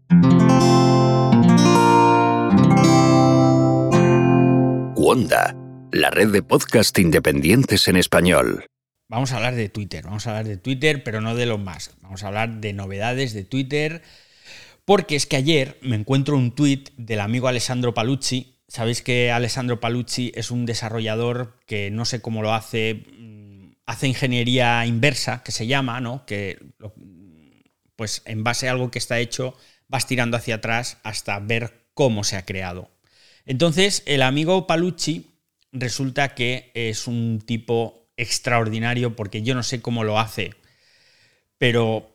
Wanda, la red de podcast independientes en español. Vamos a hablar de Twitter, pero no de Elon Musk. Vamos a hablar de novedades de Twitter, porque es que ayer me encuentro un tuit del amigo Alessandro Palucci. Sabéis que Alessandro Palucci es un desarrollador que no sé cómo lo hace ingeniería inversa, que se llama, ¿no? Que pues en base a algo que está hecho vas tirando hacia atrás hasta ver cómo se ha creado. Entonces, el amigo Palucci resulta que es un tipo extraordinario, porque yo no sé cómo lo hace, pero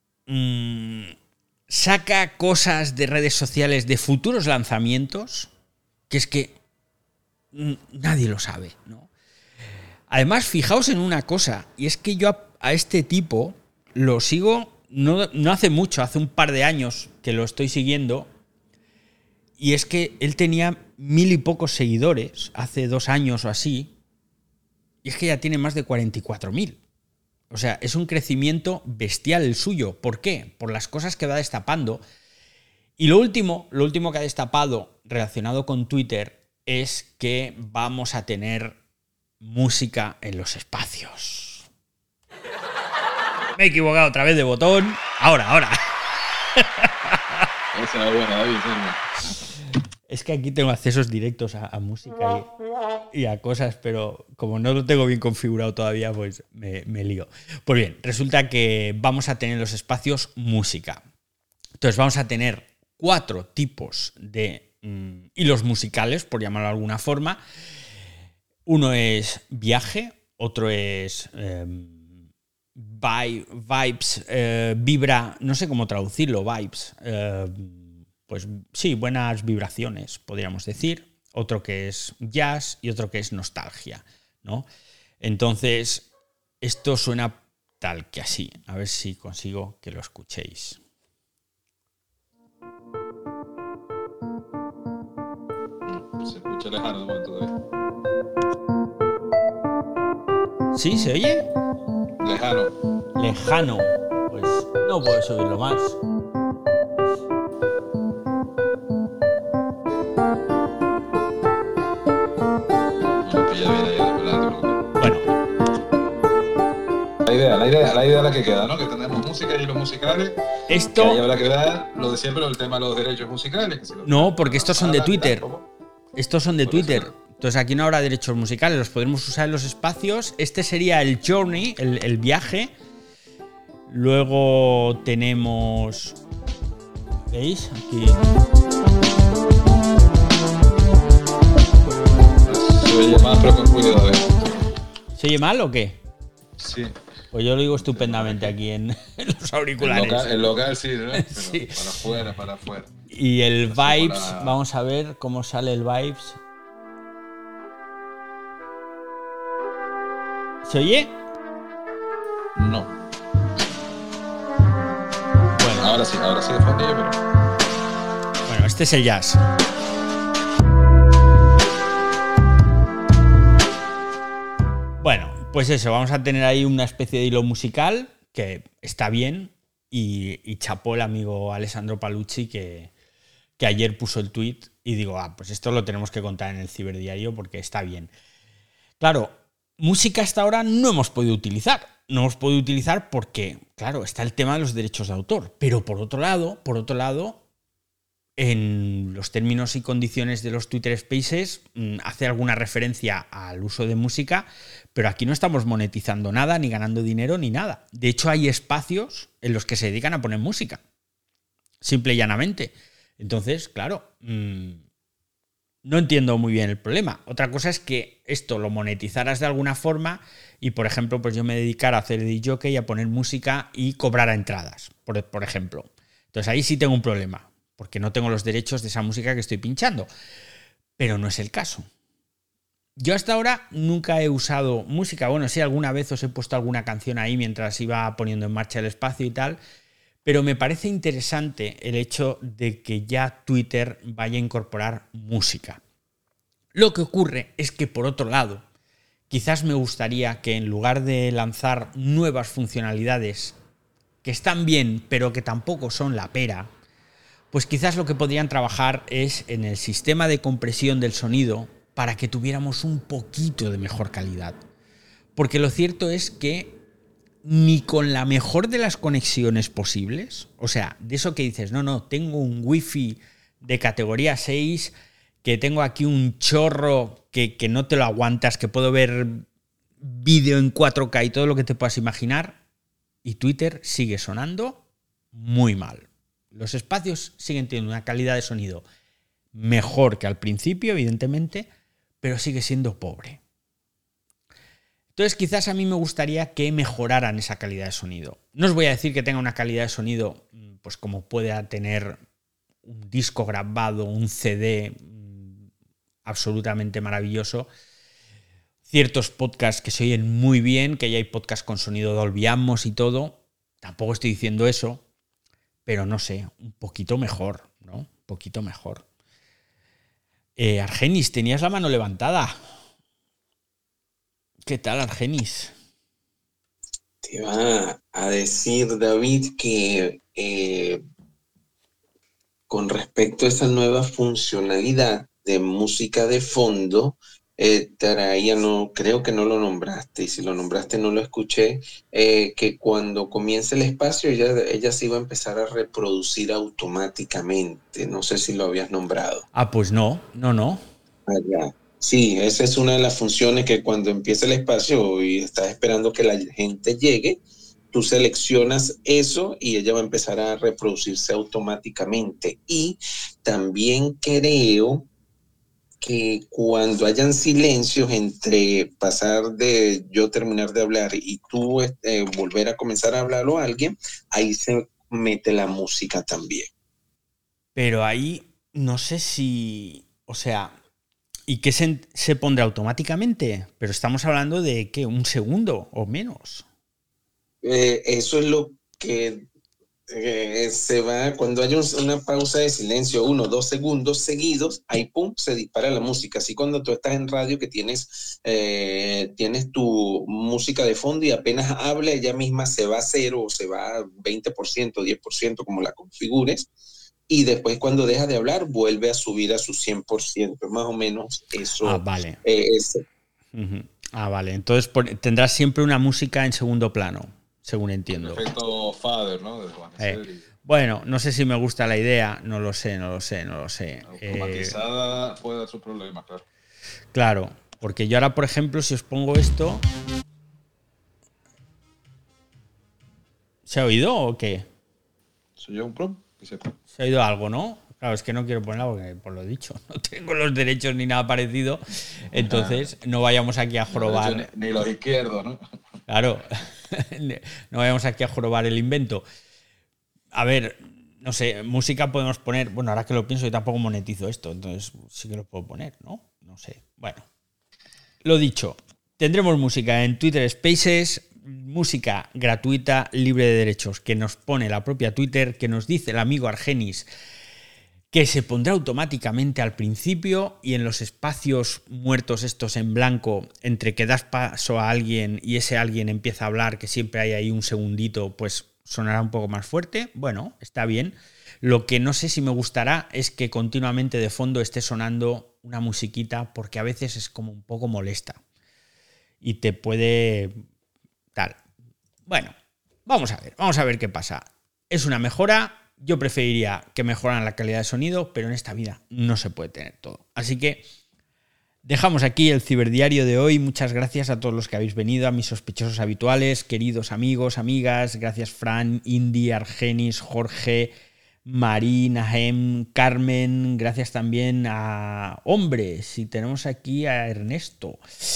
saca cosas de redes sociales de futuros lanzamientos que es que nadie lo sabe, ¿no? Además, fijaos en una cosa, y es que yo a este tipo lo sigo no hace mucho, hace un par de años que lo estoy siguiendo, y es que él tenía 1000 y pocos seguidores hace 2 años o así, y es que ya tiene más de 44.000. O sea, es un crecimiento bestial el suyo. ¿Por qué? Por las cosas que va destapando. Y lo último que ha destapado relacionado con Twitter es que vamos a tener música en los espacios. Me he equivocado otra vez de botón. Ahora. Esa es buena, David. Es que aquí tengo accesos directos a música y a cosas, pero como no lo tengo bien configurado todavía, pues me lío. Pues bien, resulta que vamos a tener en los espacios música. Entonces vamos a tener 4 tipos de hilos musicales, por llamarlo de alguna forma. Uno es viaje, otro es vibes, vibra, no sé cómo traducirlo, vibes. Pues sí, buenas vibraciones, podríamos decir. Otro que es jazz y otro que es nostalgia, ¿no? Entonces, esto suena tal que así. A ver si consigo que lo escuchéis. Se escucha lejano de momento, David. ¿Sí? ¿Se oye? Lejano. Pues no puedo subirlo más. Bueno. La idea es la que queda, ¿no? Que tenemos música y los musicales. Esto... Que ahí habrá que ver lo de siempre, el tema de los derechos musicales. No, porque estos son de Twitter. Estos son de Twitter. Entonces aquí no habrá derechos musicales, los podremos usar en los espacios. Este sería el journey, el viaje. Luego tenemos... ¿Veis? Aquí... Se oye más, pero con ruido, a ver. ¿Se oye mal o qué? Sí. Pues yo lo digo estupendamente aquí en los auriculares. El local sí, ¿no? Pero Sí. Para afuera. Y el Vibes, vamos a ver cómo sale el Vibes. ¿Se oye? No. Bueno, Ahora sí de fondillo, pero... Bueno, este es el jazz. Bueno, pues eso, vamos a tener ahí una especie de hilo musical que está bien, y chapó el amigo Alessandro Palucci que ayer puso el tweet, y digo, pues esto lo tenemos que contar en el Ciberdiario porque está bien. Claro, música hasta ahora no hemos podido utilizar. No hemos podido utilizar porque, claro, está el tema de los derechos de autor. Pero por otro lado, en los términos y condiciones de los Twitter Spaces hace alguna referencia al uso de música, pero aquí no estamos monetizando nada, ni ganando dinero, ni nada. De hecho, hay espacios en los que se dedican a poner música, simple y llanamente. Entonces, claro, no entiendo muy bien el problema. Otra cosa es que esto lo monetizaras de alguna forma y, por ejemplo, pues yo me dedicara a hacer DJ, a poner música y cobrara entradas, por ejemplo. Entonces ahí sí tengo un problema, porque no tengo los derechos de esa música que estoy pinchando. Pero no es el caso. Yo hasta ahora nunca he usado música. Bueno, sí, alguna vez os he puesto alguna canción ahí mientras iba poniendo en marcha el espacio y tal, pero me parece interesante el hecho de que ya Twitter vaya a incorporar música. Lo que ocurre es que, por otro lado, quizás me gustaría que en lugar de lanzar nuevas funcionalidades que están bien, pero que tampoco son la pera, pues quizás lo que podrían trabajar es en el sistema de compresión del sonido para que tuviéramos un poquito de mejor calidad. Porque lo cierto es que ni con la mejor de las conexiones posibles, o sea, de eso que dices, no, tengo un wifi de categoría 6, que tengo aquí un chorro que no te lo aguantas, que puedo ver vídeo en 4K y todo lo que te puedas imaginar, y Twitter sigue sonando muy mal. Los espacios siguen teniendo una calidad de sonido mejor que al principio, evidentemente, pero sigue siendo pobre. Entonces, quizás a mí me gustaría que mejoraran esa calidad de sonido. No os voy a decir que tenga una calidad de sonido pues como pueda tener un disco grabado, un CD absolutamente maravilloso. Ciertos podcasts que se oyen muy bien, que ya hay podcasts con sonido Dolby Atmos y todo. Tampoco estoy diciendo eso, pero no sé, un poquito mejor, ¿no? Un poquito mejor. Argenis, tenías la mano levantada. ¿Qué tal, Argenis? Te iba a decir, David, que con respecto a esa nueva funcionalidad de música de fondo, traía, no, creo que no lo nombraste, y si lo nombraste no lo escuché, que cuando comience el espacio ella se iba a empezar a reproducir automáticamente. No sé si lo habías nombrado. Ah, pues no. Allá. Sí, esa es una de las funciones que cuando empieza el espacio y estás esperando que la gente llegue, tú seleccionas eso y ella va a empezar a reproducirse automáticamente. Y también creo que cuando hayan silencios entre pasar de yo terminar de hablar y tú volver a comenzar a hablar o alguien, ahí se mete la música también. Pero ahí no sé si... O sea... ¿Y qué se pondrá automáticamente? Pero estamos hablando de, ¿qué? ¿Un segundo o menos? Eso es lo que se va, cuando hay una pausa de silencio, 1 o 2 segundos seguidos, ahí pum, se dispara la música. Así cuando tú estás en radio que tienes tu música de fondo y apenas habla, ella misma se va a 0 o se va a 20%, 10%, como la configures. Y después cuando deja de hablar, vuelve a subir a su 100%. Más o menos eso. Ah, vale. Vale. Entonces tendrás siempre una música en segundo plano, según entiendo. El efecto Fader, ¿no? Bueno, no sé si me gusta la idea. No lo sé. Automatizada puede dar sus problemas, claro. Claro, porque yo ahora, por ejemplo, si os pongo esto... ¿Se ha oído o qué? ¿Soy yo un prom? Se ha oído algo, ¿no? Claro, es que no quiero ponerla porque, por lo dicho, no tengo los derechos ni nada parecido. Entonces, no vayamos aquí a jorobar. Ni los izquierdos, ¿no? Claro, no vayamos aquí a jorobar el invento. A ver, no sé, música podemos poner. Bueno, ahora que lo pienso, yo tampoco monetizo esto, entonces sí que lo puedo poner, ¿no? No sé. Bueno, lo dicho, tendremos música en Twitter Spaces. Música gratuita, libre de derechos, que nos pone la propia Twitter, que nos dice el amigo Argenis que se pondrá automáticamente al principio y en los espacios muertos estos en blanco, entre que das paso a alguien y ese alguien empieza a hablar, que siempre hay ahí un segundito, pues sonará un poco más fuerte. Bueno, está bien. Lo que no sé si me gustará es que continuamente de fondo esté sonando una musiquita, porque a veces es como un poco molesta y te puede... tal. Bueno, vamos a ver qué pasa. Es una mejora. Yo preferiría que mejoraran la calidad de sonido, pero en esta vida no se puede tener todo. Así que dejamos aquí el ciberdiario de hoy. Muchas gracias a todos los que habéis venido, a mis sospechosos habituales, queridos amigos, amigas. Gracias Fran, Indy, Argenis, Jorge, Marina, Nahem, Carmen. Gracias también a hombres. Y tenemos aquí a Ernesto.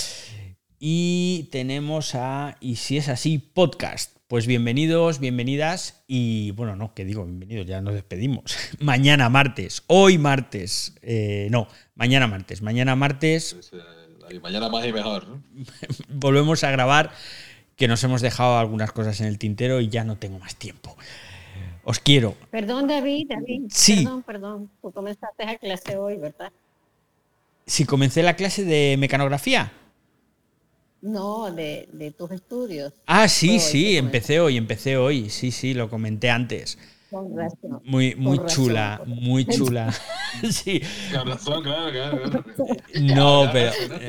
Y tenemos a Y si es así, podcast. Pues bienvenidos, bienvenidas. Y bueno, no, que digo bienvenidos, ya nos despedimos. Mañana martes, hoy martes. Mañana martes. Mañana martes. Mañana más y mejor, ¿no? Volvemos a grabar, que nos hemos dejado algunas cosas en el tintero y ya no tengo más tiempo. Os quiero. Perdón, David. Sí. Perdón. Tú comenzaste a clase hoy, ¿verdad? Sí, comencé la clase de mecanografía. No, de tus estudios. Ah, sí, empecé hoy. Sí, lo comenté antes. Con razón. Muy Con chula, razón. muy chula. Sí. Con razón, claro. No, pero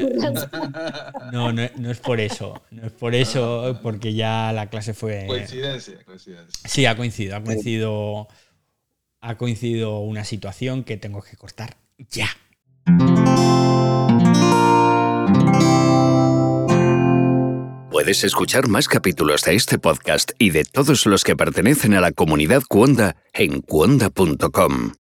no es por eso. No es por eso, porque ya la clase fue. Coincidencia. Sí, ha coincidido una situación que tengo que cortar ya. Puedes escuchar más capítulos de este podcast y de todos los que pertenecen a la comunidad Cuonda en cuonda.com.